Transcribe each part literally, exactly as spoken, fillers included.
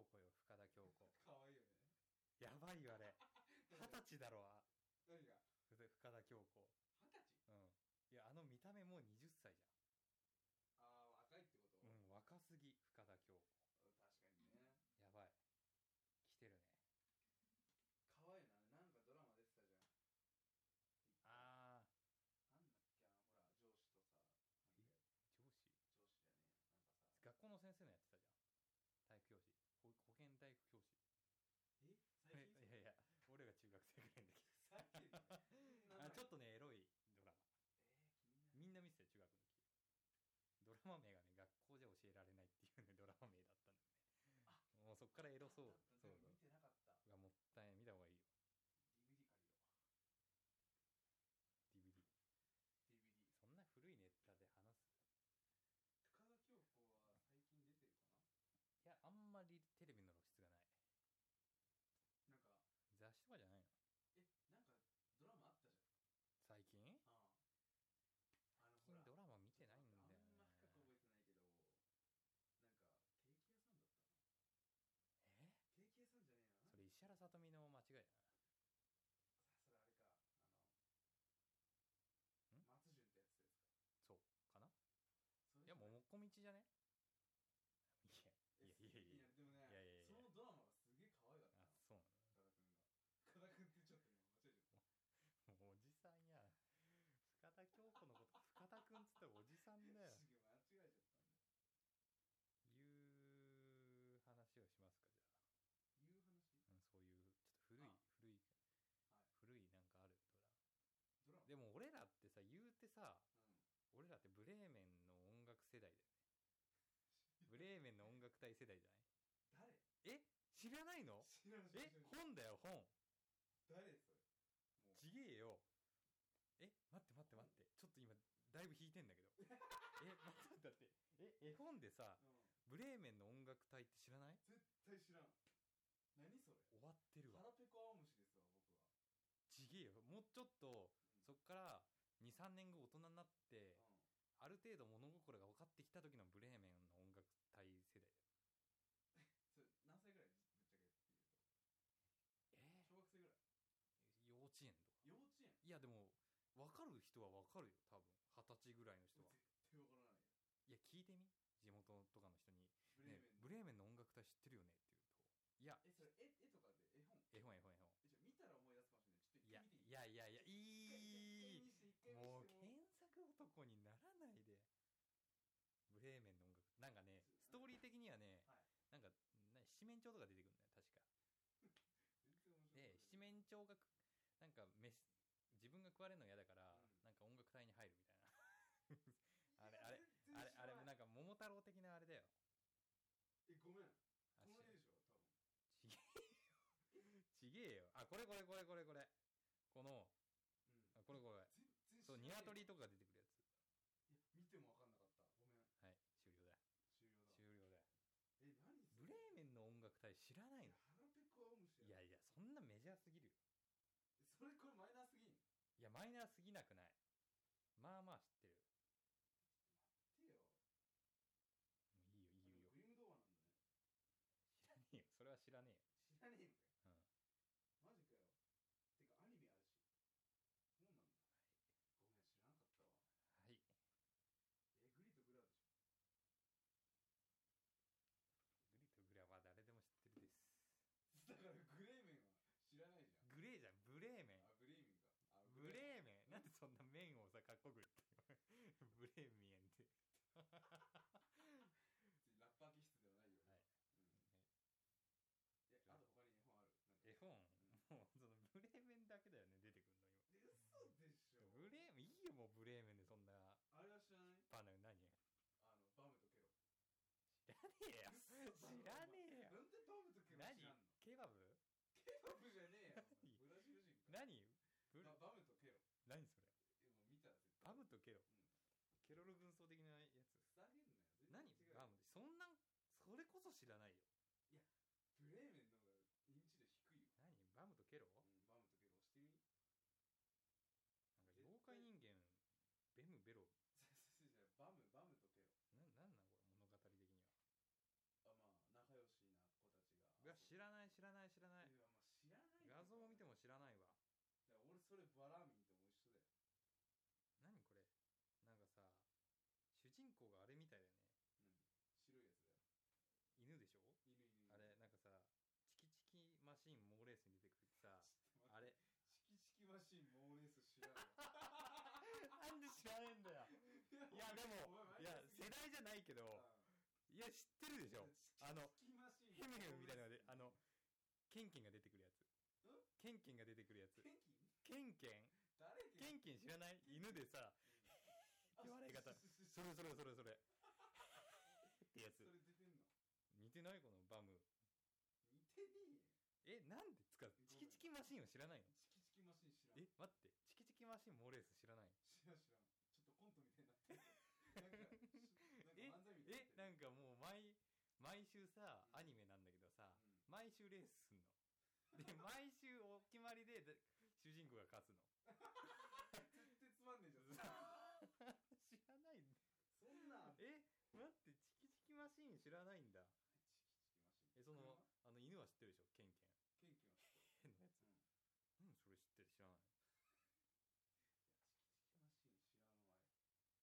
京子よ、深田恭子。 かわいいよね。 やばいよあれ。二十歳だろ。 何が深田恭子。 二十歳？ うん。いや、あの見た目もうにじゅっさいじゃん。 ああ、若いってこと？ うん、若すぎ、深田恭子。 確かにね。 やばい。来てるね。 かわいいな。なんかドラマ出てたじゃん。 あー。なんだっけ、あのほら、上司とさ、なんか上司上司じゃねえよ。なんかさ、 学校の先生のやってたじゃん。体育教師。保保健体育教師。 え最近？ いやいや、俺が中学生ぐらいの時。 最近あ、ちょっとね、エロいドラマ。 えー、気になる。 みんな見てたよ、中学の時。ドラマ名がね、学校じゃ教えられないっていうね、ドラマ名だったんだよね。 あ、 もうそっからエロそう。そうそう。 見てなかった。 うわ、もったいない。見た方がいいよ。 ディーブイディー 借りよう。 ディーブイディー。 ディーブイディー。 そんな古いネタで話す？ 深田恭子は最近出てるかな。 いや、あんまりテレビの露出がない。 なんか雑誌とかじゃないの？ え、なんかドラマあったじゃん最近？ ああ、あの最近ドラマ見てないんだよね。 あんま深く覚えてないけど、なんかケーキ屋さんだったかな。 えケーキ屋さんじゃねえな。 それ石原さとみの間違いじゃない？ それあれか、あのん松潤ってやつですか。 そうかな。 それいや、ももこみちじゃね？いやいやいやいやいやでもね、 いやいやいや、 そのドラマがすげえ可愛かったな。 あ、そうな深田君が深田君ってちょっと今間違えちゃっの？もうおじさんや。深田恭子のこと深田くんっつったらおじさんだよ。 た。違う、間違えちゃったんだよ。 いう話をしますか、じゃあ。 いう話？ うん、そういうちょっと古いあ古い、 はい、 古いなんかあるドラマ。 ドラマでも俺らってさ、言うてさ、 うん、 俺らってブレーメンの音楽世代だよね。ブレーメンの音楽隊世代じゃない？ 誰？ え、知らないの？ 知らない知らない。 え、本だよ、本。 誰それ？もうちげえよ。え、待って待って待って、ちょっと今だいぶ引いてんだけど。え、待って待って、え、絵本でさ、 うん、 ブレーメンの音楽隊って知らない？ 絶対知らん。何それ？ 終わってるわ。 腹ペコ青虫ですわ僕は。 ちげえよ。もうちょっと、 うん、 そっからにさんねんご大人になって、 うん、 ある程度物心が分かってきた時のブレーメンの音楽隊世代だよ。 それ何歳ぐらい？ぶっちゃけって言うとえ小学生ぐらい？ ー、幼稚園とか。 幼稚園？ いやでも分かる人は分かるよ、多分二十歳ぐらいの人は。 絶対わからないよ。 いや、聞いてみ、地元とかの人に、 ブレーメンの、 ね、ブレーメンの音楽隊知ってるよねって言うと、いや、 え、それ絵絵とかで絵本？ 絵本絵本絵本。 え、じゃあ見たら思い出すかもしれない。ちょっといや一回見ていい？ いやいやいや、いい、 一回見せて、 もう一回見せて。 検索男にならないで。ブレーメンの音楽なんかね、ストーリー的にはね、 はい、 なんかな七面鳥とか出てくるんだよ確か。 全然面白い。 で七面鳥がなんか飯自分が食われるの嫌だから、 うん、 なんか音楽隊に入るみたいな。あれあれあれあれなんか桃太郎的なあれだよ。 え、ごめん、 あこの絵でしょ多分。 ちげえよちげえよ。あ、これこれこれこれこれこの、 うん、 あこれこれ全然そう、ニワトリとか出てくるやつ。 いや見ても分かんなかった。ごめん。 はい、終了だ。 終了だ。 終了だよ。 え、何それ？ ブレーメンの音楽隊知らないの？ 腹ペコ青虫や。 いやいや、そんなメジャーすぎるよ。 それこれマイナーすぎん？ いや、マイナーすぎなくない？まあまあ知ってる。 ちょっと待ってよ。 もういいよいいよいいよ。 グリム童話なんだね。 知らねえよ、それは知らね知らねえのかよ。 えよ。うん。 マジかよ。てかアニメあるし。そうなんだ。ごめん、知らなかったわ。 はい。 え、グリとグラでしょ。 グリとグラは誰でも知ってるです。 だからグレーメンは知らないじゃん。 グレーじゃん、ブレーメン。 あ、ブレーメンか。あ、 ブレーメンなんでそんな麺をさ、かっこよく言ってブレーメンって。 ラッパー気質ではないよ。 はい。 うん、 ね、 え、あと他に絵本ある？なんか絵本、 うん、 もうそのブレーメンだけだよね、出てくるの今。 嘘でしょ。 ブレーメンいいよ、もうブレーメンでそんな。 あれは知らない？ バナ何？ あの、バムとケロ。 知らねえよ。知らねえよ。 なんでバムとケロ知らんの？ ケバブ？ ケバブじゃねえよ。ブラジル人か。 何？ブババムとケロ。 何それ？ え、もう見たら絶対。 バムとケロ。 うん。 ケロロ軍曹的なやつ。 ふざげんなよ。全然何？ 違うよ。 バムってそんな、それこそ知らないよ。 いや、ブレーメンの方が認知度低いよ。 何？バムとケロ？ うん、バムとケロ押してみ。 なんか妖怪人間ベムベロ。 バムバムとケロ。 な、なんなんこれ物語的には。 あ、まあ仲良しな子たちや知らない知らない知らない。 いや、まあ、知らない画像を見ても知らないわ。 だから俺それバラーミンとも一緒だよ。 何これ、なんかさ主人公があれみたいだよね。 何？白いやつだよ。 犬でしょ。 犬犬犬。 あれなんかさチキチキマシーンモーレースに出てくるってさちょっとあ待って、 れチキチキマシンモーレース知らんわ。 なんで知らねえんだよ。いやでもいや世代じゃないけど、いや知ってるでしょ。あのチキチキマシンヘムヘムみたいなので、あのケンケンが出てくるやつ。ケンケンが出てくるやつ。 ケンキン？ ケンケン誰ケンケン知らない？犬でさって笑い方。それそれそれそれってやつ。 それ出てんの？ 似てないこのバム。 似てねえ、なんで使う？チキチキマシンを知らないの？ えよ。チキチキマシン知らん。 え、待って、チキチキマシンモーレース知らない？ 知らん知らん。ちょっとコントみたいになってる。なんかえなんか漫才みたいになってる。 え、なんかもう毎毎週さ、 うんアニメなんだけどさ、 うん毎週レースすんの。で毎週お決まりでで主人公が勝つの。 絶対つまんねえじゃん。そ知らないんだ。 そんなえ、待って、チキチキマシーン知らないんだ。 チキチキマシン。 え、そのあの犬は知ってるでしょ、ケンケン。 ケンキンは知ってる。 変なやつ。 うん。 うん、それ知ってる知らない。 いや、チキチキマシン知らんわい。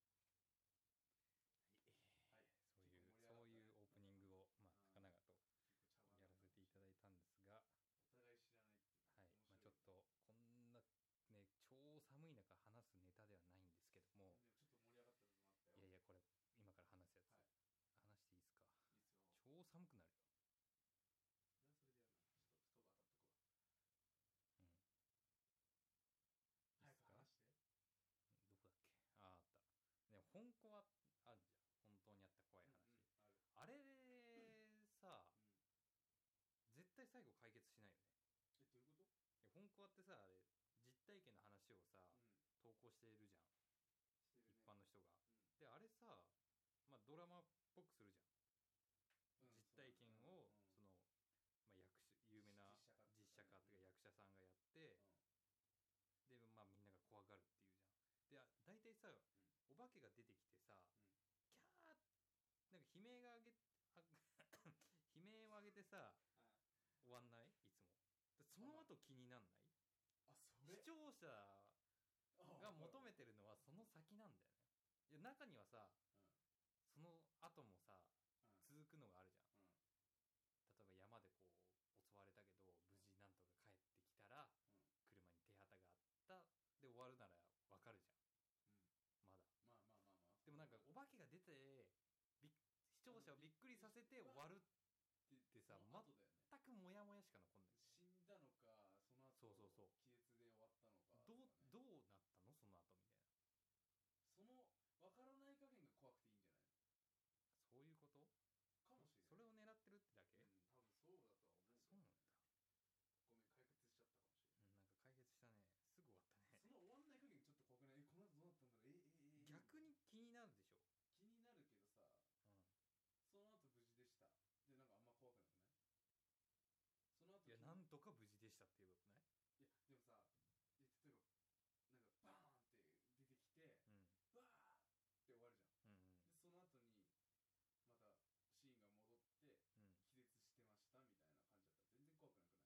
はい。 そういう結構盛り上がったねそういうオープニングをまあうん高々と結構茶番やらせていただいたんですが、 お互い知らないっていう。 はい、まあ面白いちょっとこんなね超寒い中話すネタではないんですけども、 でもちょっと盛り上がった部分もあったよ。 いやいやこれ今から話すやつ、 はい。 話していいですか？ いいっすよ。 超寒くなるよ。 それはそれでやな。ちょっとストーブ当たっとくわ。 うん。いいっ早くすか？ 話して。 どこだっけ？ああ、あった。ね、本コアあるじゃん。本当にあった怖い話。 うんうんある。 あれでさ、 うん。 絶対最後解決しないよね。 え、どういうこと？ いや本コアってさ、あれ実体験の話をさ、 うん。 投稿してるじゃん、 してるね。 一般の人が。 うん。 であれさ、まあドラマっぽくするじゃん、 うん実体験をうんその、まあ、役者有名な実写化っていうかね実写化っていうか役者さんがやって、でまあみんなが怖がるっていうじゃん。であ大体さ、 うんお化けが出てきてさ、 うんキャーなんか悲鳴が上げあ悲鳴を上げてさあ終わんない？いつも。でその後気になんない？ あ、それ視聴者が求めてるのはその先なんだよね。いや中にはさうんその後もさうん続くのがあるじゃん。 うん例えば山でこう襲われたけど無事なんとか帰ってきたらうん車に手旗があったで終わるならわかるじゃうんん。まだまあまあまあまあ。 でもなんかお化けが出てびっ視聴者をびっくりさせて終わるってさその後だよね。 全くモヤモヤしか残んない。 死んだのか、その後そうそうそう気絶で終わったのかとどうかね。 どうなったのその後みたいな。 その分からない加減が怖くていいんじゃないのそういうことかもしれない。 それを狙ってるってだけ？ うん、多分そうだとは思うけどね。 そうなんだ。 ごめん、解決しちゃったかもしれない。 うん、なんか解決したね。すぐ終わったね。 その終わんない加減ちょっと怖くない？え、この後どうなったんだろう？ええええ逆に気になるでしょ。 気になるけどさ、 うん。 その後無事でした。で、なんかあんま怖くなくない？その後いや、なんとか無事でしたって言えばよくない？ いや、でもさ、え例えば、なんかバーンって出てきて、 うん。 バーって終わるじゃん。 うんで、その後に、またシーンが戻って、 うん。うん。 気絶してましたみたいな感じだったら全然怖くなくない？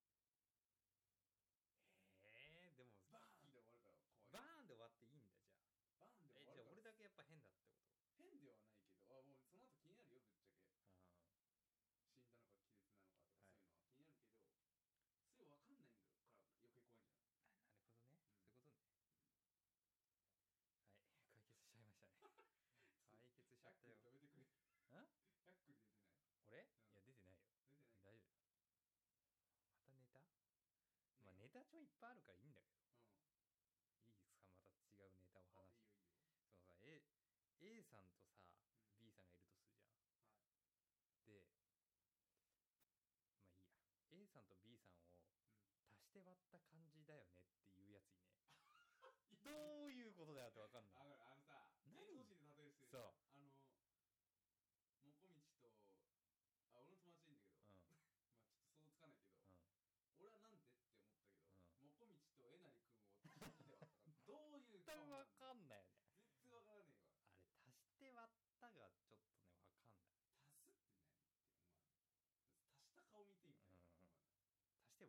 へえ、でも、 バーンで終わるから怖い。 バーンで終わっていいんだ、じゃあ。 バーンでえ、 終わるから。 じゃあ俺だけやっぱ変だってこと？ 変ではないけど、あ、もうその後気になるよ、ぶっちゃけ。 あ死んだのか気絶なのかとか、 はいそういうのは気になるけど、すぐ分かんないんだから余計怖いんじゃない？ あ、なるほどね。 うんそういうことね。はい、解決しちゃいましたね。解決しちゃったよ。 ひゃっくん止めてくれ。 ん？ ひゃっくん出てない？ 俺？ うんいや、出てないよ。 出てない。 大丈夫。またネタ？まあねネタ帳いっぱいあるからいいんだけうん。 ど。いいですか？また違うネタをあ、 話して。 いいよいいよ。 そのさ、A、A さんとさ、 うん B さんがいるとするじゃん。 はい。 で、まあいいや。A さんと B さんをうん。 足して割った感じだよねっていうやついね。 いどういうことだよってわかんない。 あ、あのさ、 何芸能人で例える人いるそうあの、もこみちと、あ、俺の友達いいんだけど、 うん。 まあちょっと想像つかないけど、 うん。 俺はなんでって思ったけど、 うんもこみちとえなりくんを足して割ったから、どういう絶対顔なのわかんないよね。 全然わからねえわ。 あれ足して割ったがちょっとねわかんない。 足すって何って思わない。足した顔見て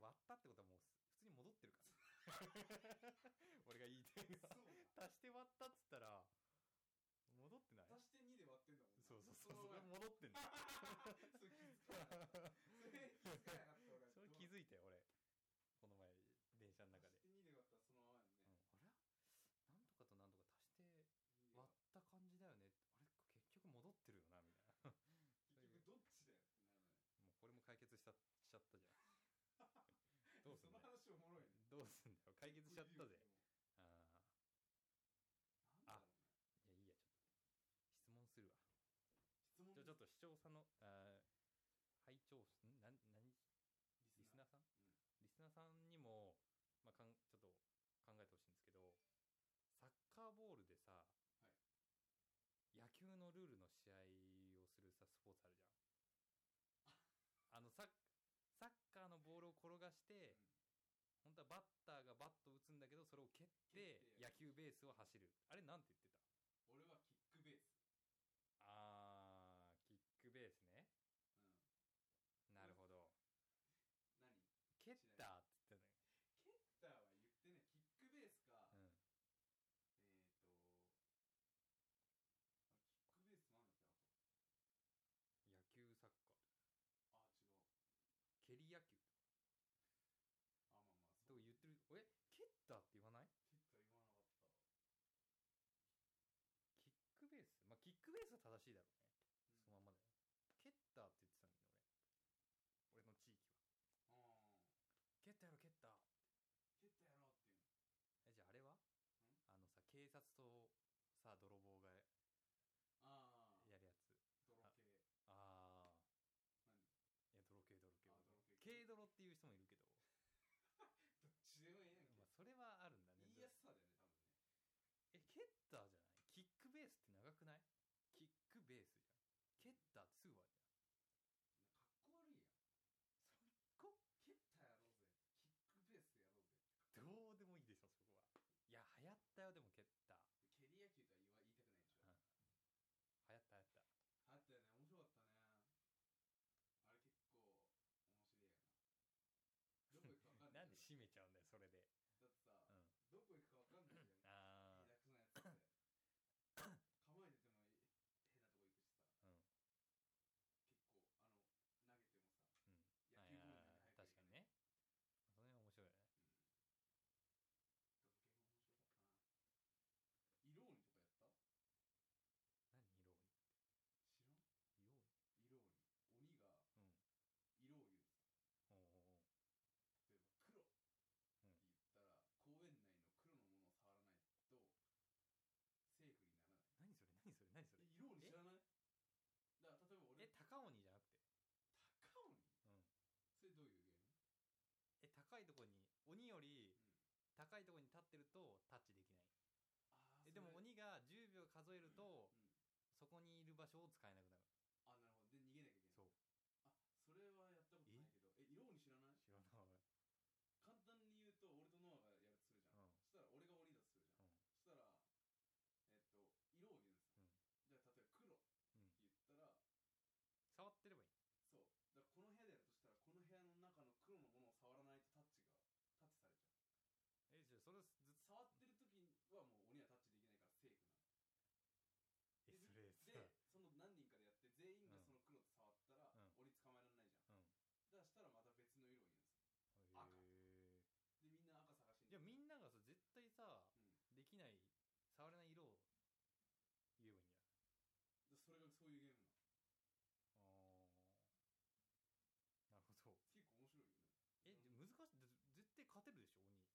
割ったってことはもう普通に戻ってるから俺が言いたいのはそう足して割ったっつったら戻ってない？ 足してにで割ってんだもんな。 そうそうそう、それその前戻ってんだよそれ気づかなかったそれ気づかなかった俺。 それ気づいたよ俺、この前電車の中で。 足してにで割ったらそのままやんね、 うん、あれなんとかとなんとか足してにで割割った感じだよね、あれ結局戻ってるよなみたいな結局どっちだよってなるね。 もうこれも解決したしちゃったじゃんどうすんだよ、 その話おもろいね。 どうすんだよ、解決しちゃったぜ。あなんだろうね。 あ、いやいいや、ちょっと質問するわ。 質問じゃあちょっと視聴者のあ拝聴んな何リスナーさん、 うんリスナーさんにも、まあ、かんちょっと考えてほしいんですけど、サッカーボールでさ、 はい、 野球のルールの試合をするさスポーツあるじゃんあのサッサッカーのボールを転がして、うん、本当はバッターがバットを打つんだけどそれを蹴って野球ベースを走る、あれなんて言ってた？ 俺はキックベース。 あー、キックベースね。 うん、 なるほど。 何？ 蹴ったって言ってたね。 蹴ったは言ってね、キックベースか、 うん、 えーとあれキックベースなんだっけ、あと野球サッカー、 あ違う、 蹴り野球とか、 あまあまあそうとか言ってる。え、蹴ったって言わない？ 蹴った言わなかった。 キックベース、まあキックベースは正しいだろうね、うん、そのままで。蹴ったって言ってたんだよね、俺俺の地域は。ああ、蹴ったやろ蹴った蹴ったやろっていうの。 え、じゃああれはあのさ、警察とさ泥棒があやるやつ、 泥系。 ああ、 何？いや泥系泥系、 あ泥系軽泥っていう人もいるけどどっちでもいいやんけ、 まあそれはあるんだね。 言いやすさだよね多分ね。 え、蹴ったじゃない、キックベースって長くない？キックベースじゃん、蹴ったってすぐ終わるじゃん。 かっこ悪いやん。 そこ蹴ったやろうぜ、キックベースやろうぜ。 どうでもいいでしょそこは。いや流行ったよ、でも蹴った。 蹴り野球とは言わ言いたくないでしょ、うん、 流行った流行った。 流行ったよね、面白かったね。あれ結構面白いよな。どこ行くか分かんないなんで閉めちゃうんだよそれで。 だってさ、 うん、 どこ行くか分かんないじゃんあ下手くそなやつって構えてても変なとこ行くしさ、うん、結構あの投げてもさ、うん、野球ボールに入って確かにね、それは面白いよね。うん、 泥系も面白かったな。色鬼とかやった？ 何色鬼って？ 知らん？ 色鬼？ 色鬼、鬼が色を言うんさ、うん、おうおう、例えば黒って言ったら、うん、公園内の黒のものを触らないとセーフにならない。 何それ何それ何それ、 色鬼知らない？だから例えば俺、 え、高鬼じゃなくて高鬼？うん、それどういうゲーム？ え、高いとこに鬼より高いとこに立ってるとタッチできない。あ、えでも鬼がじゅうびょう数えると、うんうん、そこにいる場所を使えなくなる。 あ、なるほど。で逃げなきゃいけない。そう。あ、それはやったことないけど、え、色鬼知らない？ 知らない。 簡単に言うと俺とノアがやるとするじゃん、うん、そしたら俺が鬼だとするじゃん、うん、そしたらえっと色を言うんですよ、うん、じゃあ例えば黒って言ったら、うん、 触ってればいい。 そうだからこの部屋でやるとしたらこの部屋の中の黒のものを触らないとタッチがタッチされちゃう。 え、じゃあそれずっと触ってる時はもう鬼はタッチできないからセーフなの。 え、それさ、 でその何人かでやって全員がその黒と触ったら、うん、鬼捕まえられないじゃん、うん、だからしたらまた別の色を言うんですよ、赤でみんな赤探しに。 じゃあみんながさ絶対さ、うん、できない触れない色を言えばいいんじゃない？ それがそういうゲームなの。ああ、なるほど。 結構面白いよね。 え、難しい。絶対勝てるでしょ鬼。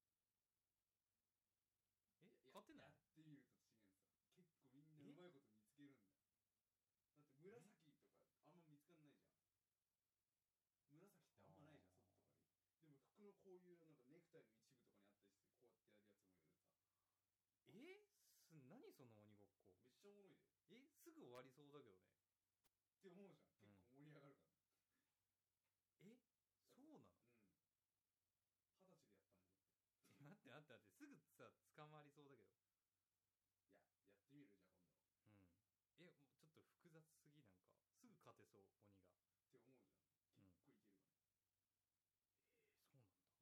え、勝てない？ やってみると違うんさ。結構みんなうまいこと見つけるんだよ。だって紫とかあんま見つかんないじゃん。紫ってあんまないじゃん外とかに。でも服のこういうなんかネクタイの一部とかにあったりしてこうやってやるやつもいるさ。 えす、何その鬼ごっこ。 めっちゃおもろいで。 え、すぐ終わりそうだけどねって思うじゃん。結構盛り上がるから、 うん、え、そうなの？ うん。二十歳でやったもんだって。 え、待って待って待って、すぐさ捕まりそうだけど。 いや、やってみるじゃあ今度。 うん。え、もうちょっと複雑すぎ、なんかすぐ勝てそう鬼がって思うじゃん。結構いけるから、 うん、えー、そうなんだ。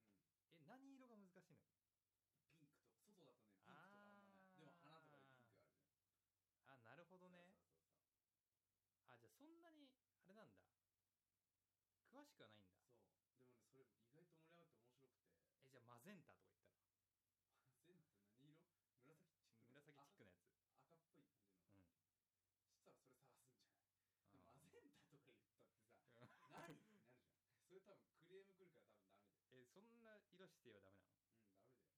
くはないんだ。 そうでもねそれ意外と盛り上がって面白くて、 えじゃあマゼンタとか言ったらマゼンタ何色？紫チック紫チックのやつ。 赤っぽい感じの、 うんそしたらそれ探すんじゃない？でもあマゼンタとか言ったってさー何ってなるじゃん。それ多分クレーム来るから多分ダメだよ。 えそんな色指定はダメなの？ うんダメだよ。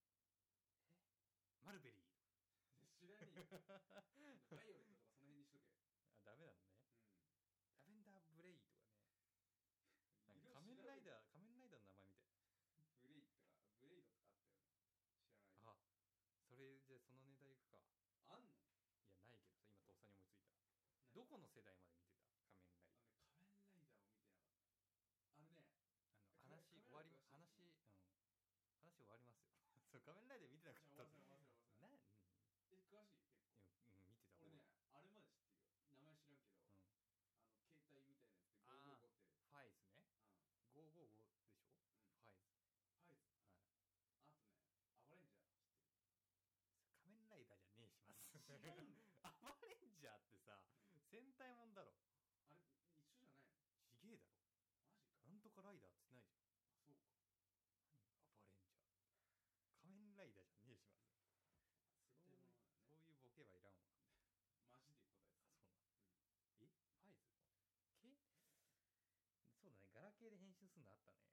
マルベリ知らねえよバイオレットとかその辺にしとけ。 ーあダメなのね。 うんラベンダーブレイとかね。なんか色仮面ライーダー仮面ライダーの名前みたい。 ブレイとかブレイドとかあったよね。知らない。 あそれじゃあそのネタいくか。 あんの？ いやないけどさ今とっさに思いついた。 何どこの世代まで見てた仮面ライダー？ あのね仮面ライダーを見てなかった。あのねあの仮面話終わり仮面ライダー詳しい話うん話終わりますよそう仮面ライダー見てなかじゃあった忘れ忘れ忘れな、うんえ詳しい結構。 うん見てた俺ねあれまで知ってるよ。名前知らんけど、 うんあの携帯みたいなやつであーごーごーごってファイズねうんごーごーごでしょ。 うんファイズファイズ、 はいあとねアバレンジャー知ってる？ 仮面ライダーじゃねえします違うんだよアバレンジャーってさ戦隊もんだろ。 あれ一緒じゃないの？ ちげえだろ。 マジか。 なんとかライダーっつってないじあそうか。 ゃん。何アバレンジャーって仮面ライダーじゃねえします。 戦隊ものだね。 そういうボケはいらんわ。 マジで答えてた。 あそうなの、 うんえファイズけそうだねガラケーで編集するのあったね。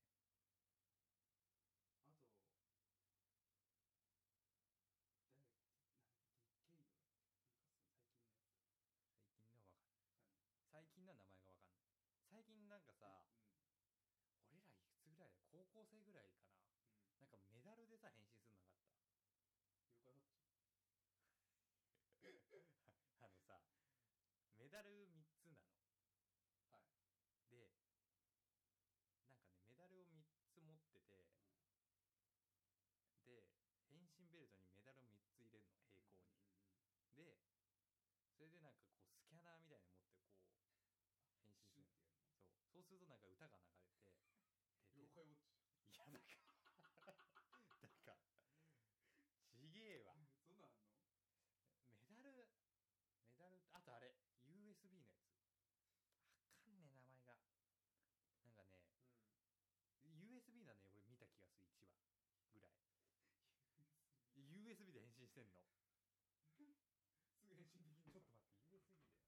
あと誰だっけ？なんだっけゲゲイドだっけ？なんかその最近のやつ最近のは分かんない。 わかんない。 最近のは名前が分かんない。最近なんかさうん俺らいくつぐらいだ高校生ぐらいかな。 うんなんかメダルでさ変身するのなかった妖怪ウォッチ。 あのさメダルみっつなのはいでなんかねメダルをみっつ持ってて、 うんで変身ベルトにメダルをみっつ入れるの平行に、 うんうんうんでそれでなんかこうスキャナーみたいなの持ってこう変身するの。 シュッてやるそうそうするとなんか歌が流れててての？妖怪ウォッチ。 いやだからだからちげえわ。 そんなんあんの？ メダルメダルあとあれ ユーエスビー のやつあかんねえ名前がなんかねうんユーエスビー なんで俺見た気がするいちわぐらいユーエスビーユーエスビー で変身してんの。 すぐ変身できんの？ ちょっと待って ユーエスビー で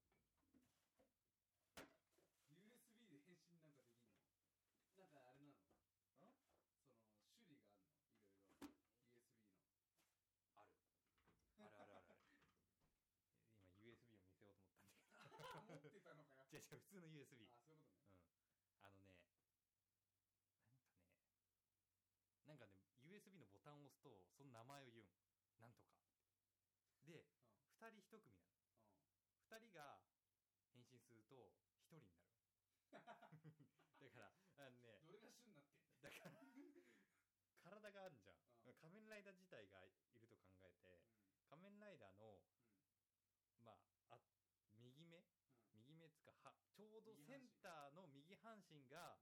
ユーエスビー で変身なんかできんの？なんかあれなの？その種類があるの？いろいろ ユーエスビー のあるあるあるあるある今 ユーエスビー を見せようと思ったんだけど持ってたのかよ。 違う違う普通の ユーエスビー。 あそういうことね。 うんあのねなんかねなんかね ユーエスビー のボタンを押すとその名前を言うんなんとかでうんふたりいち組なの。 うんふたりが変身するとひとりになるだからあのねどれが旬になってんだよ。 だから体があるじゃん、 うん仮面ライダー自体がいると考えて、仮面ライダーのうんまああ右目うんうん右目つかはちょうどセンターの右半身が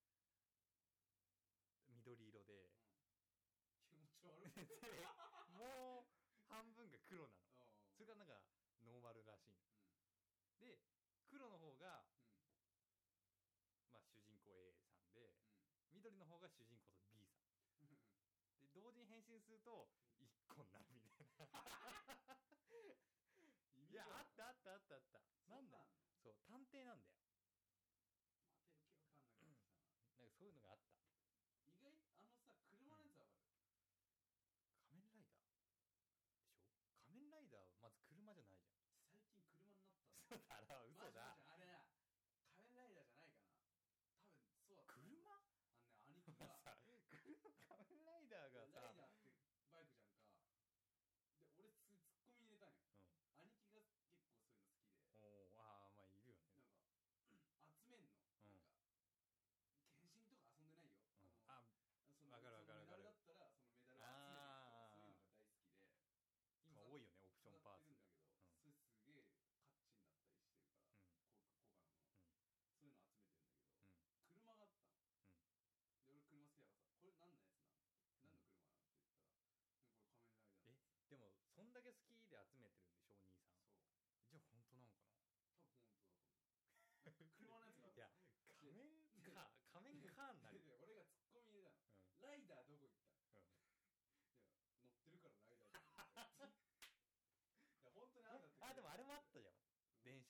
緑色で、 うん気持ち悪い。 でもう半分が黒なの。 うんそれがなんかノーマルらしいのうんで黒の方が、 うんまあ、主人公 A さんでうん緑の方が主人公と B さんうんで同時に変身するといっこになるみたいな意いやあったあったあったあったなんだのそう探偵なんだよ。 また余計わかんなかったさ。 なんかそういうのがあった。 意外あのさ車のやつわかる？ 仮面ライダーでしょ。仮面ライダーはまず車じゃないじゃん。 最近車になったの。 嘘だろ嘘マジマジだ。 あれな仮面ライダーじゃないかな。多分そうだった。 車あのね兄貴がさ車仮面ライダーがライさダーってバイクじゃんか。で俺ツッコミ入れたのよ。 うん兄貴が結構そういうの好きで、 おおああまあいるよね。 なんか集めんの、 うんなんか検診とか遊んでないよ、 うんあのあそのわかるわかるわかるそのメダルだったらそのメダルを集めるとかそういうのが大好きで今多いよねオプションパーツ飾ってるんだけど、 うんそれすげえカッチになったりしてるか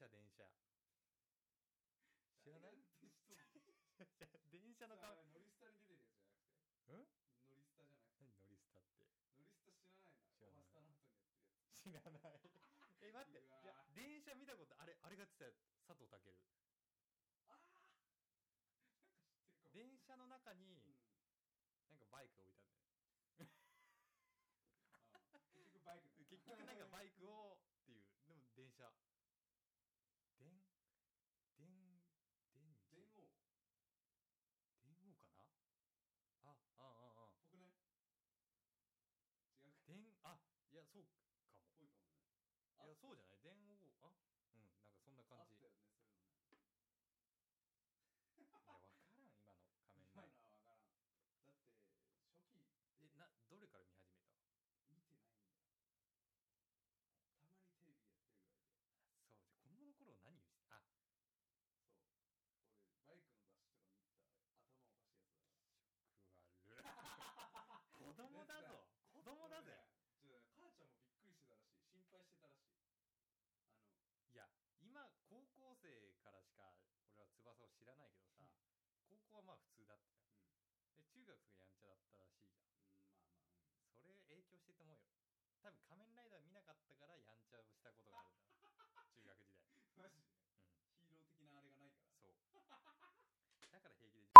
車電車知らない？ 誰が運転しとんの電車のかさあノリスタに出てるやつじゃなくてんノリスタじゃなくて何ノリスタってノリスタ知らないな。 知らないオバスタの後にやってるやつ。 知らないえ待ってうわーいや電車見たことあれあれがやってたやつ佐藤健ああなんか知ってるかも。 電車の中うにん。 なんかバイクが置いてあるんだよねああ結局バイクだよ。 結局なんかバイクをっていうでも電車電電電磁電王電王かなあああああぽくない違うか。 電あいやそうかもぽいかもね。 いやそうじゃゃない電王あうんなんかそんな感じいあったよね、そういうのね。 や分からん今の仮面今ライダーのは分からん。だって初期えなどれから見始めた見てないんだよ。たまにテレビでやってるぐらいで。 そうじゃ子供の頃何をしてあそう俺バイクの雑誌とか見てたら頭おかしいやつだから。 食悪子供だぞ子供だぜちょっとね母ちゃんもびっくりしてたらしい。心配してたらしい。あのいや今高校生からしか俺は翼を知らないけどさ高校はまあ普通だったようんで中学とかやんちゃだったらしいじゃんうんまあまあうんそれ影響してると思うよ多分仮面ライダー見なかったからやんちゃをしたことがあるんだろう中学時代マジでうんヒーロー的なあれがないからそうだから平気で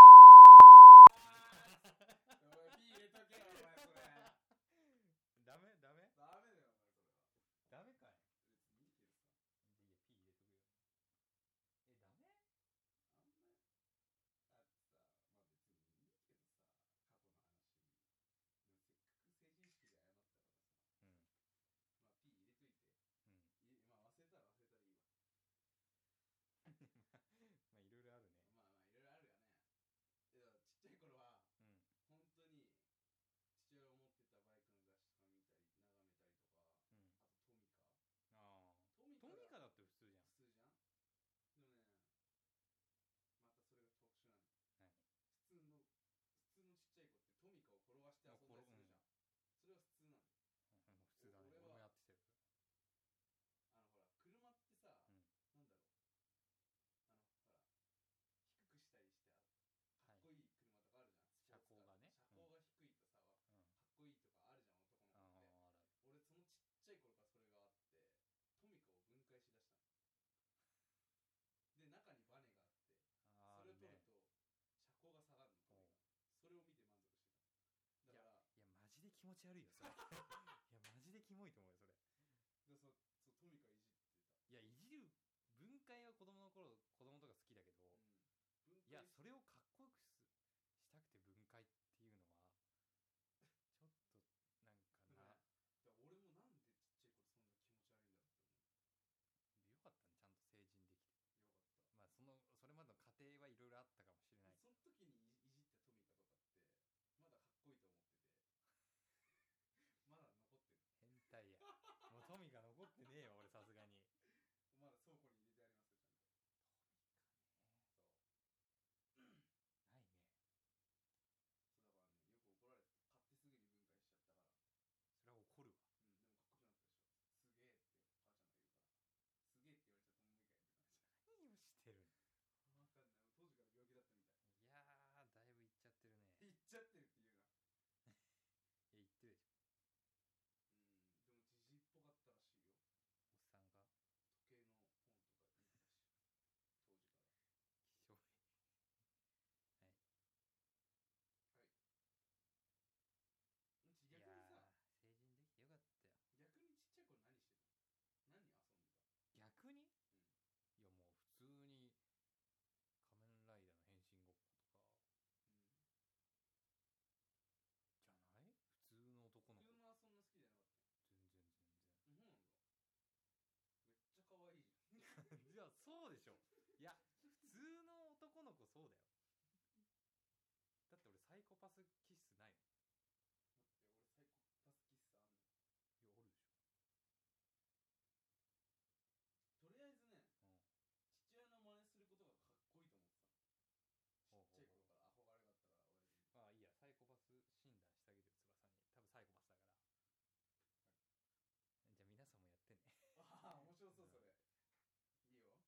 お前 P 入れとけよお前それダメダメダメだよお前それは。 ダメかい別に見てるさ。 いや P 入れとくよえダメあんまだってさまあ別にいいけどさ過去の話でもせっかく成人式で謝ったからさうんまあ P 入れといてうんいまあ忘れたら忘れたらいいわ。 まあいろいろあるねまあまあいろいろあるよね。いやちっちゃい頃はうん本当に父親が持ってたバイクの雑誌とか見たり眺めたりとか、 うんあとトミカああトミカトミカだって普通じゃん普通じゃん。でもねまたそれが特殊なの。 何普通の普通のちっちゃい子ってトミカを転がして遊んだりするじゃん、それは普通なんだよ。 うんもう普通だね俺は俺もやってたよそれあのほら車ってさ、 うんなんだろうあのほら低くしたりしてあかっこいい車とかあるじゃん、スポーツカー車高がね車高が低いとさ、 うんかっこいいとかあるじゃん男の子って。 あああるある俺そのちっちゃい頃からそれがあってトミカを分解しだしたので中にバネがあってあそれを取るねと車高が下がるのトミカの。それを見て満足してた。だからいやマジで気持ち悪いよそれいやマジでキモいと思うよそれでそそうトミカいじってた。 いやいじる分解は子供の頃子供とか好きだけど、 うん分解いやそれをかっこよくすしたくて分解っていうのはちょっとなんかなだから俺もなんでちっちゃい頃そんな気持ち悪いんだろうって思よかったねちゃんと成人できてう。よかったまあそのそれまでの過程はいろいろあったかもしれないその時にいじったトミカとかってまだかっこいいと思っててまだ残ってる。 変態やもうトミカ残ってねえわ俺さすがにまだ倉庫に入れてありますよちゃんと。 トミカねそうないねそうだからねよく怒られて買ってすぐに分解しちゃったから。 それは怒るわうんでもかっこよくなったでしょ。すげえって母ちゃんが言うからすげえって言われちゃうともう一回やりたくなっちゃ何をしてるう。わかんない当時から病気だったみたい。 いやーだいぶいっちゃってるね言っちゃってるって言うな。 いや言ってるでしうんでもジジイっぽかったらしいよ。 ょおっさんが時計の本とか見てたし当時から。 気象はいはい。うちい逆にやさー成人できてよかったよ逆にちっちゃい頃何してたの。何遊んでた。 逆にうんいやもう普通に仮面ライダーの変身ごっことかうんじゃない普通の男の子車はそんな好きじゃなかった全然全よ。そうなんだ。めっちゃ可愛いじゃん。 然じゃあそうでしょいや普通の男の子そうだよだって俺サイコパス気質ない待って俺サイコパスキッスあんの。 のいやあるでしとりあえずねょうん父親の真似することがかっこいいと思ってたの。ちっちゃい頃から憧れがあったから親父に。 まあいいやサイコパス診断してあげるよ翼に多分サイコパスだから、じゃあ皆さんもやってねああ面白そうそれ。いいよ。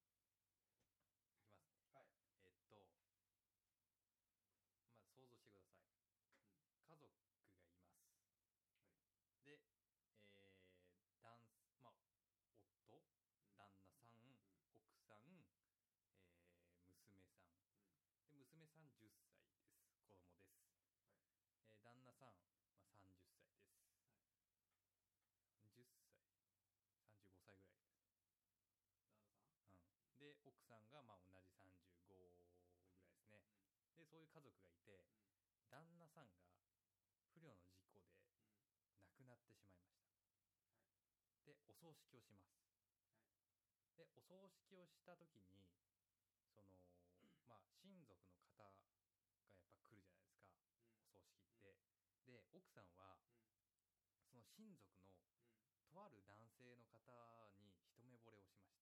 さん、まあ、さんじゅっさいです、はい、じゅっさいさんじゅうごさいぐらいです。 旦那さうん、 ん、 で奥さんがまあ同じさんじゅうごぐらいですね、 うん、 でそういう家族がいて、 うん、 旦那さんが不慮の事故で亡くなってしまいました、はい、でお葬式をします、はい、でお葬式をした時にそのまあ親族の方がやっぱ来るじゃないですか、うん、お葬式って、うん、で奥さんは、うん、その親族のとある男性の方に一目惚れをしました、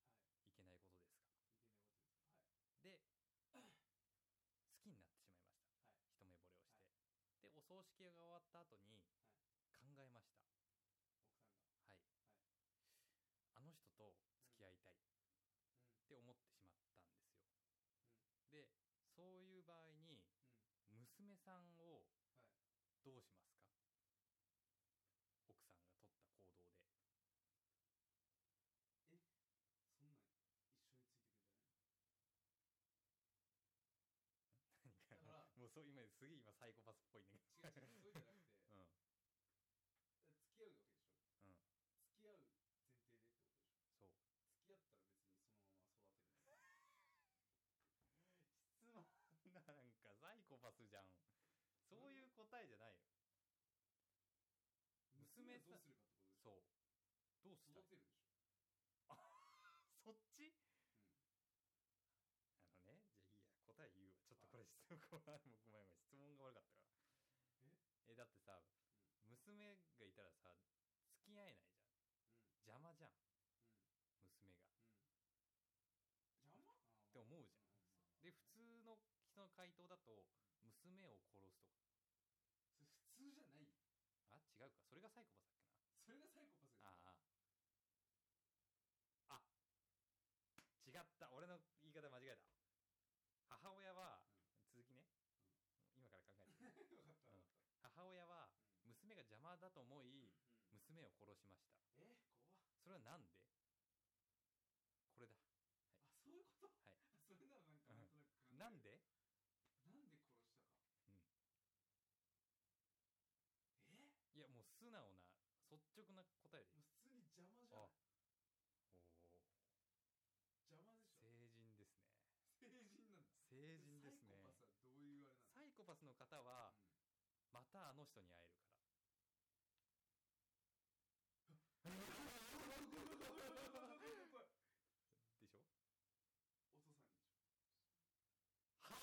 はい、いけないことですが、 いけないことですか、はい、 で好きになってしまいました、はい、一目惚れをして、はい、でお葬式が終わった後に考えました、はい、 奥さんが、 はい、はい、あの人と付き合いたいって思ってしまったんですよ、うん、でそういう場合に、うん、娘さんをどうしますか、奥さんが取った行動で。 え、そんなん一緒についてくんじゃないの？ 何かだからもうそう今すげえ今サイコパスっぽいね。 違う違う、そうじゃなくて、うん、付き合うわけでしょ、うん、付き合う前提でってことでしょ。 そう、 付き合ったら別にそのまま育てるんだ質問なんかサイコパスじゃん。そういう答えじゃないよ。 娘はどうするかってことでしょ。 そう、どうしたい、 育てるでしょ。 あそっち、 うん、 あのね、じゃあいいや、答え言うわ。ちょっとこれ質問、はい、ごめんごめん、質問が悪かったから。ええだってさ、うん、娘がいたらさ付き合えないじゃん、うん、邪魔じゃん、うん、娘が、うん、 邪魔って思うじゃん、まあまあまあ、で普通の人の回答だと娘を殺すとか、 それ普通じゃない。 あ、違うか、それがサイコパスだっけな。 それがサイコパスですか。 ああ、あ、違った、俺の言い方間違えた。母親は、うん、続きね、うん、今から考えて分かった分かった、うん、 母親は娘が邪魔だと思い、うん、娘を殺しました。 えー、怖っ。 それはなんで？これだ、 はい、あ、そういうこと。 はい、 それならなんかなんとなく考える、 うん、なんでなんで殺したか、うん、えいやもう素直な率直な答えでいい。 もう普通に邪魔じゃない。 おお、 邪魔でしょ。 成人ですね。 成人なんだ。 成人ですね。 サイコパスはどういうあれなの？ サイコパスの方は、うん、またあの人に会えるからでしょ。 お父さんにでしょ。は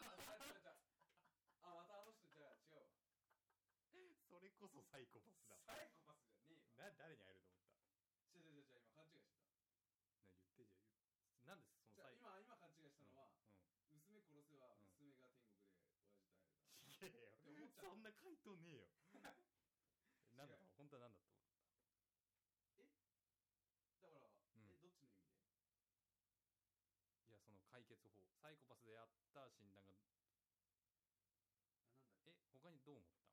あ、またあの人じゃあ違うわ。 それこそサイコパスだ。 サイコパスじゃねえわ。な、誰に会えると思った？ 違う違う違う、今勘違いしてた。 な、言ってじゃ言って。なんでそのサイ今今勘違いしたのは、うんうん、娘殺せば娘が天国で親父と会えるから。 いやいや、そんな回答ねえよ。なんだった本当はなんだと思った。 え、だから、うん、え、どっちの意味で？ いや、その解決法、サイコパスであった診断が、 あ、なんだっけ、 え、他にどう思ったの？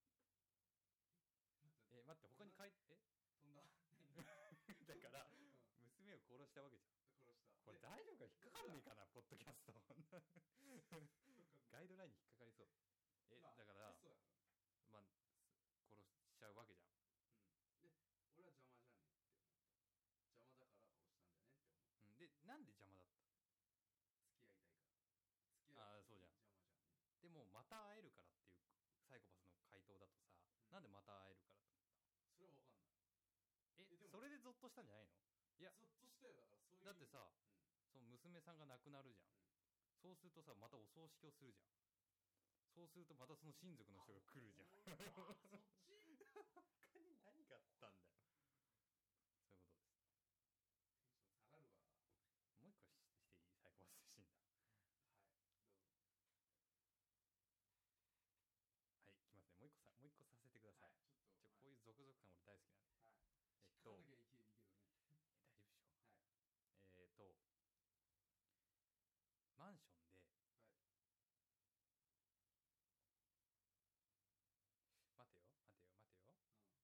え、待って、他にかいえ飛んだだから、うん、娘を殺したわけじゃん。 殺した。 これ大丈夫か、引っかかんねえかなポッドキャストガイドラインに引っかかりそう。え、まあ、だからそうだから、 まあ殺しちゃうわけじゃん、 うん、で俺は邪魔じゃねって思った。邪魔だから殺したんだよねって思った、 うん、でなんで邪魔だった？ 付き合いたいから。付き合いたい。ああ、そうじゃん。邪魔じゃん、うん、 でもまた会えるからっていうサイコパスの回答だとさ、うん、なんでまた会えるからと思ったの？ それは分かんない。 ええ、でもそれでゾッとしたんじゃないの？いや、 ゾッとしたよ。だからそういうだってさ、うん、その娘さんが亡くなるじゃん、うん、そうするとさまたお葬式をするじゃん。そうするとまたその親族の人が来るじゃん。そっち他に何があったんだよ。そういうことです。 テンション下がるわ。 もう一個していい？サイコパス診断。 はい、どうぞ。 はい、きますね。もう一個さもう一個させてください、はい、 ちょっとちょ、 こういう続々感俺大好きなんで、 はい、えっと引っかかんなきゃいいけどね。 大丈夫でしょう、 はい、 えっとマンションで、はい、待てよ待てよ待てよ、うん、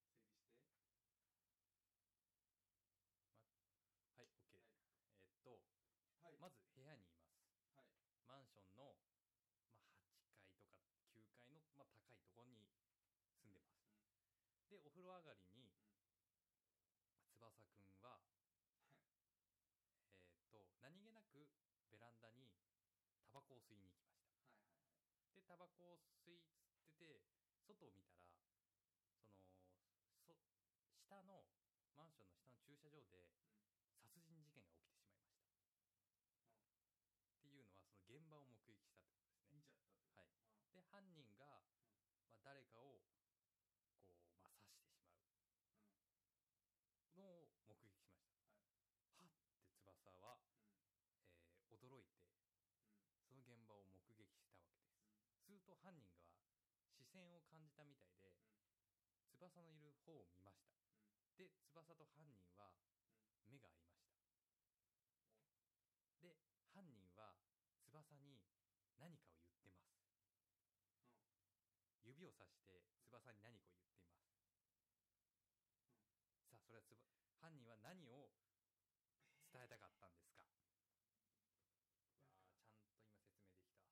上がりに、 うん翼くんははいえー、と何気なくベランダにタバコを吸いに行きました。 はいはいはいでタバコを吸い吸ってて外を見たらそのそ下のマンションの下の駐車場でうん殺人事件が起きてしまいました、 うんっていうのはその現場を目撃したってことですね。 見ちゃったってことはいうんで犯人が、 うんまあ、誰かをこう、まあ、刺してしまううんのを目撃しました。 はいはって翼は、 うんえー驚いてうんその現場を目撃したわけです。 うんすると犯人が視線を感じたみたいで、 うん翼のいる方を見ました。 うんで翼と犯人はうん目が合いました。 おで犯人は翼に何かを言ってます。 うん指を指して翼に何かを言っています。 うんさあそれはつば犯人は何を伝えたかったんですか。わあちゃんと今説明できた。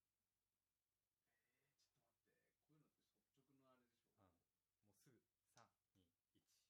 えー、ちょっと待ってこういうのって率直のあれでしょ、 うんもうすぐさんにいち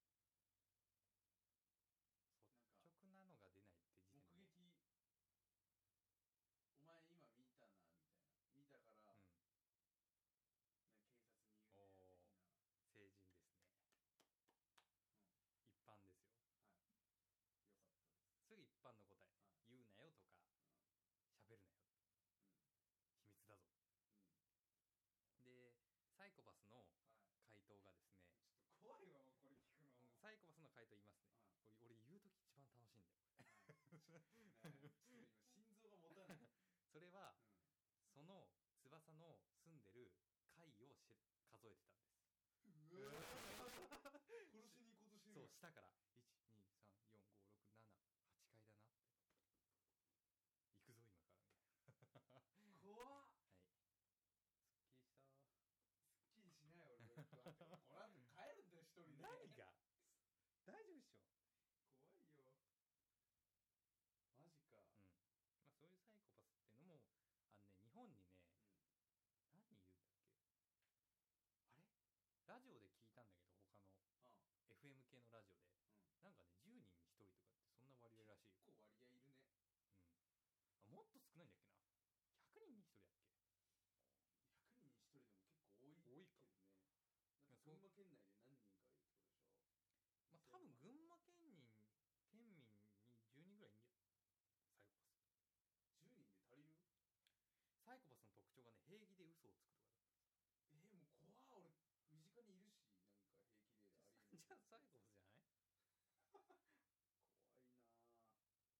なんか率直なのが出ないって時点で目撃お前今見たなみたいな見たから、 うんね、警察に言うおーね成人ですね。 的な、うん、 一般ですよ。 はいよかったですすぐ一般の答え、 はい言うなよとか喋るなようん秘密だぞ。 うんうんでサイコパスのはい回答がですね、 ちょっと怖いわこれ聞くの、 サイコパスの回答言いますね。 はい俺俺言う時一番楽しいんだよこれ。 はいちょっとねちょっと今心臓が持たない、 それはうんその翼の住んでる階をし数えてたんです。 うわ殺しに行こうとしてるそう下からいちにさんよんごろくななはちかいだなって行くぞ今からみたいな怖っはいすっきりした。 すっきりしない俺この後帰るんだよ一人で何が大丈夫でしょ。 怖いよマジかうんまあそういうサイコパスっていうのもあのね日本にねうん何人いるんだっけ。あれラジオで聞いたんだけど他のあエフエム 系のラジオでうんなんかねじゅうにんにひとりとかってそんな割合らしいよ。 結構割合いるねうんあもっと少ないんだっけな。ひゃくにんにひとりだっけ。 ひゃくにんにひとりでも結構多い多いかけどねだっていやそう群馬県内で何人かいるってことでしょまあ多分群馬県民県民にじゅうにんぐらいいんじゃんサイコパス。 じゅうにんで足りるサイコパスの特徴がね平気で嘘をつくとかだったらさえー、もう怖っ俺身近にいるしなんか平気でありえないじゃあサイコパスじゃない。 怖いなあ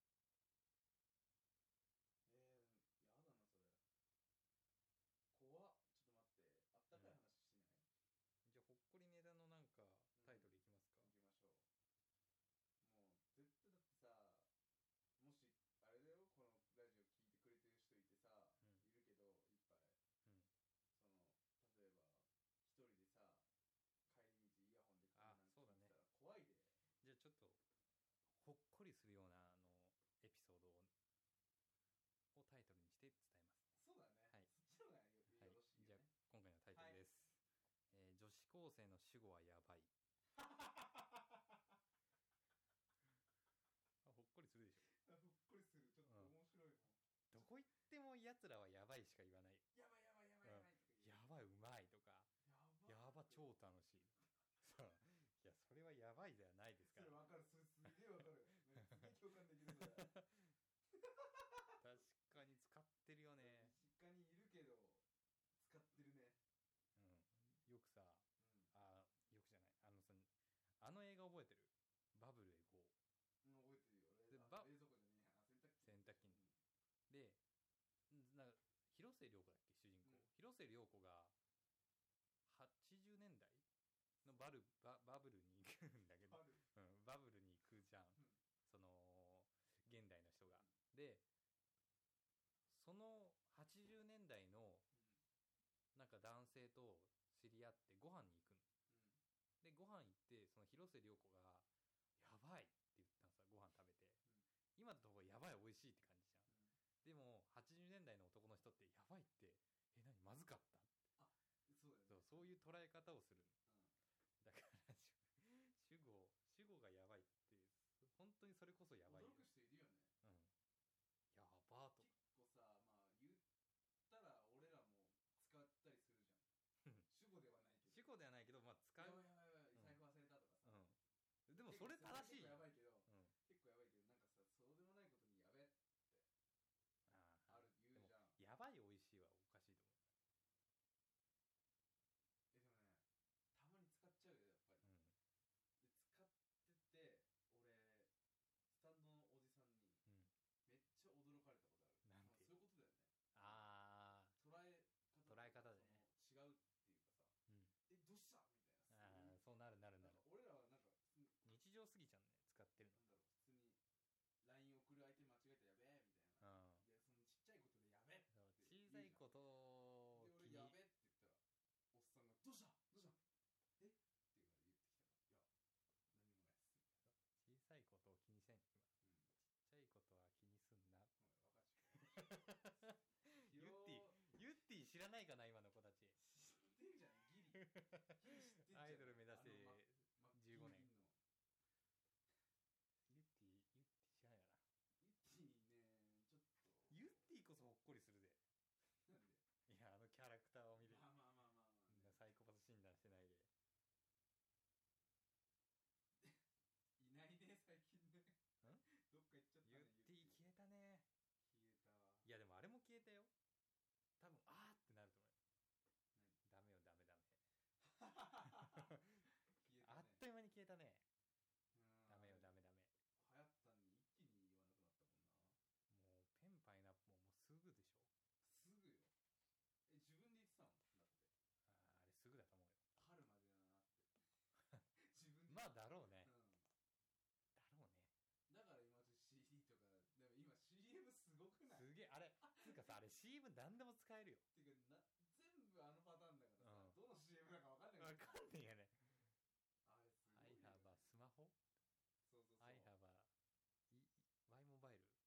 えー、やだなそれ怖っちょっと待ってあったかい話しない、 じゃあほっこりネタのなんかタイトルいきますか。 行きましょうもう絶対だってさもしあれだよこのラジオ聞いてくれてる人いてさ、 うんいるけどいっぱいうんその例えば一人でさ帰り道イヤホンでこんなんあそうだね聞いてたら怖いで、 じゃあちょっとほっこりするようなあのエピソードををタイトルにして伝えますね。 そうだね、 はいそっちの方がよ,、 はいよろしいじゃあよね今回のタイトルです、えー女子高生の主語はやばいあほっこりするでしょ。 あほっこりするちょっと面白いもん、 どこ行ってもやつらはやばいしか言わない。 やばいやばいやばいやばいとか言う、 やばいうまいとかやばやば超楽しいそういやそれはやばいではないですから。 それ分かるそれすげえ分かるねすげえ共感できるそれ確かに使ってるよね。 身近にいるけど使ってるねうんよくさうんあよくじゃないあのさあの映画覚えてるバブルへ ゴー。 うん覚えてるよ冷でばあ冷蔵庫じゃねえや洗濯機洗濯機にうんでんなんか広末涼子だっけ主人公、 うん広末涼子がはちじゅうねんだいのバルババブルに行くんだけど、 あるうん、バブルに行くじゃん、 うんその現代の人が、 うんでそのはちじゅうねんだいのうんなんか男性と知り合ってご飯に行くの。 うんでご飯行ってその広末涼子が「やばい」って言ったのさご飯食べて、 うん今のところやばい美味しいって感じじゃん。 うんでもはちじゅうねんだいの男の人ってやばいってえ何まずかったってそうだよねそうそういう捉え方をするの。 うんだからそれ正しい結構やばいけど、 うん、 結構やばいけど、なんかさ、そうでもないことにやべってあある言うじゃん。 やばい美味しいはおかしいと思え、でもね、たまに使っちゃうよ、やっぱり。 う、うん、 で、使ってて、俺、スタンドのおじさんに、 うん、 めっちゃ驚かれたことある。 なんでまあ、そういうことだよね。 あ捉え方捉え方でね、 その違うっていうかさ、 うん、 え、どうしたみたいな、そういう。 あそうなるなるなる、 なんか俺らはなんか普通に、 日常すぎちゃうね使ってるなんだろう、普通に ライン 送る相手間違えたらやべえみたいな。 の、うん、 いや、そのちっちゃいことでやべってそう言うじゃん。 小さいことをで、俺やべって言ったら、おっさんが、どうしたどうしたえって言うから言ってきたから、いや、何もないっす。 小さいことを気にしないんだ今、 うん。 ちっちゃいことは気にすんなおい、若しく。 ユッティユッティ知らないかな今の子たち知ってるじゃん、ギリ。ギリ知ってんじゃん。 アイドル目指してあのまじゅうごねん、 マッキンのユッティユッティ知らないかな、 ユッティね、ちょっと。 ユッティこそほっこりするぜ。 なんでいやあのキャラクターを見る、 まあまあまあまあまあ、ね、 サイコパス診断してないでいないね最近ね。 んどっか行っちゃったね。 ユッティ消えたね。 消えたわ。 いやでもあれも消えたよ多分、あーってなると思うよ。 何ダメよダメダメ消えたね。 あっという間に消えたね。 うんダメよダメダメ。 流行ったんで一気に言わなくなったもんな。 もうペンパイナップルももうすぐでしょ。 すぐよ。え、自分で言ってたもんだって。 あーあれすぐだと思うよ。 春までだなって自分で。 まあだろうね、 うん、 だろうね。 だから今まで シーディー とかでも今 シーエム すごくない？ すげえあれつうかさあれ シーエム 何でも使えるよ。 てかな全部あのパターンだからさ、 うんどの シーエム だか分かんないわかんねえよね。 あれすごい I よ。 have a スマホ、 そうそうそう I have a Y モバイル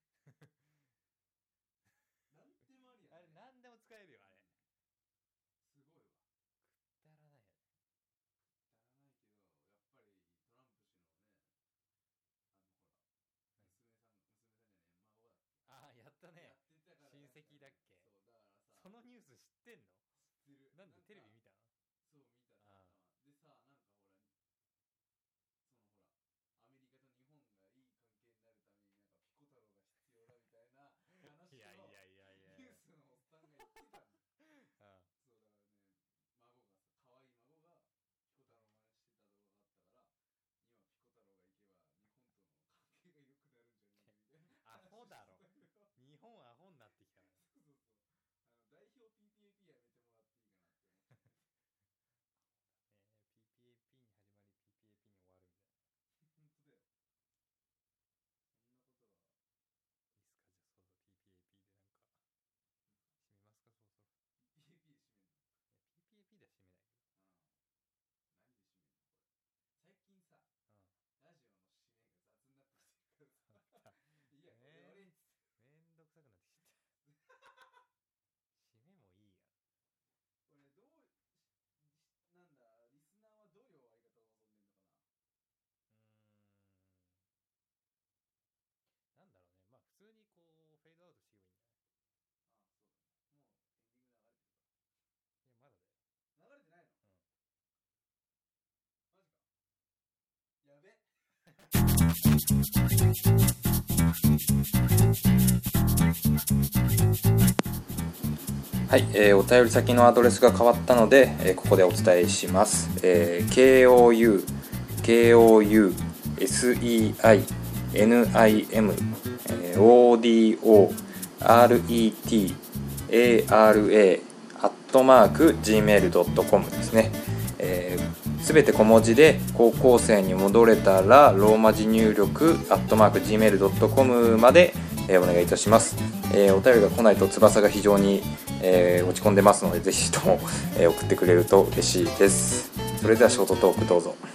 なんでもありやね。 あれ何でも使えるよあれ、 うんすごいわ。 くだらないよね。 くだらないけどやっぱりトランプ氏のね、あのほら何娘さん娘さんじゃねえ孫だっけ、 ああやったね。 やってたから親戚だっけ。 そうだからさ、 そのニュース知ってんの？ 知ってる。 なんでテレビ見た？ たの？ そう見たたまたまでさ、なんかほらそのほらアメリカと日本がいい関係になるためになんかピコ太郎が必要だみたいな話をいやいやいやいやニュースのおっさんが言ってたんだああそうだからね、孫がさ、可愛い孫がピコ太郎を真似してた動画があったから、今ピコ太郎が行けば日本との関係が良くなるんじゃねえかみたいなアホだろ話してたけど日本アホになってきたのよ。 そうそうそう、あの代表 ピーピーエーピー やめてもらっていいかなって思っちゃってね、ピーピーエーピー に始まり ピーピーエーピー に終わるみたいな。 本当だよ。そんなことがいいっすか、じゃあそろそろ ピーピーエーピー でなんか締めますか、そろそろ。 ピーピーエーピー で締めんの？ いや ピーピーエーピー では締めないけど。 ああ、何で締めんのこれ。最近さ、 うん、 ラジオの締めが雑になってきてるからさいや、 えー、 俺俺っつってめんどくさくなってきた締めもいいやん。 これどうなんだ、リスナーはどういう終わり方を望んでんのかな。 うーん、なんだろうね、まあ普通にこうフェードアウトしていけばいいんじゃない？ ああ、そうだね。もうエンディング流れてるか。 いやまだだよ。 流れてないの？ うん。 マジか。やべ。 はい、えー、お便り先のアドレスが変わったので、えー、ここでお伝えします。えー、ケーオーユー ケーオーユー エスイーアイエヌアイエム オーディーオー アールイーティー エーアールエー アットマーク ジーメールドットコム ですね。すべ、えー、て小文字で高校生に戻れたらローマ字入力アットマーク ジーメールドットコム まで、えー、お願いいたします。えー、お便りが来ないと翼が非常に、えー、落ち込んでますのでぜひとも、えー、送ってくれると嬉しいです。それではショートトークどうぞ。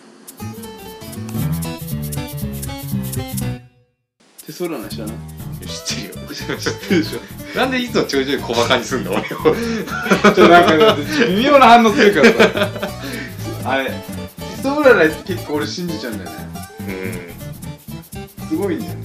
手相占い知らない？ 知ってるよ。知ってるでしょ。なんでいつもちょいちょい小馬鹿にすんの俺を。 ちょっとなんか微妙な反応するからさ。あれ、手相占いって結構俺信じちゃうんだよね。 うん。 すごいんだよ。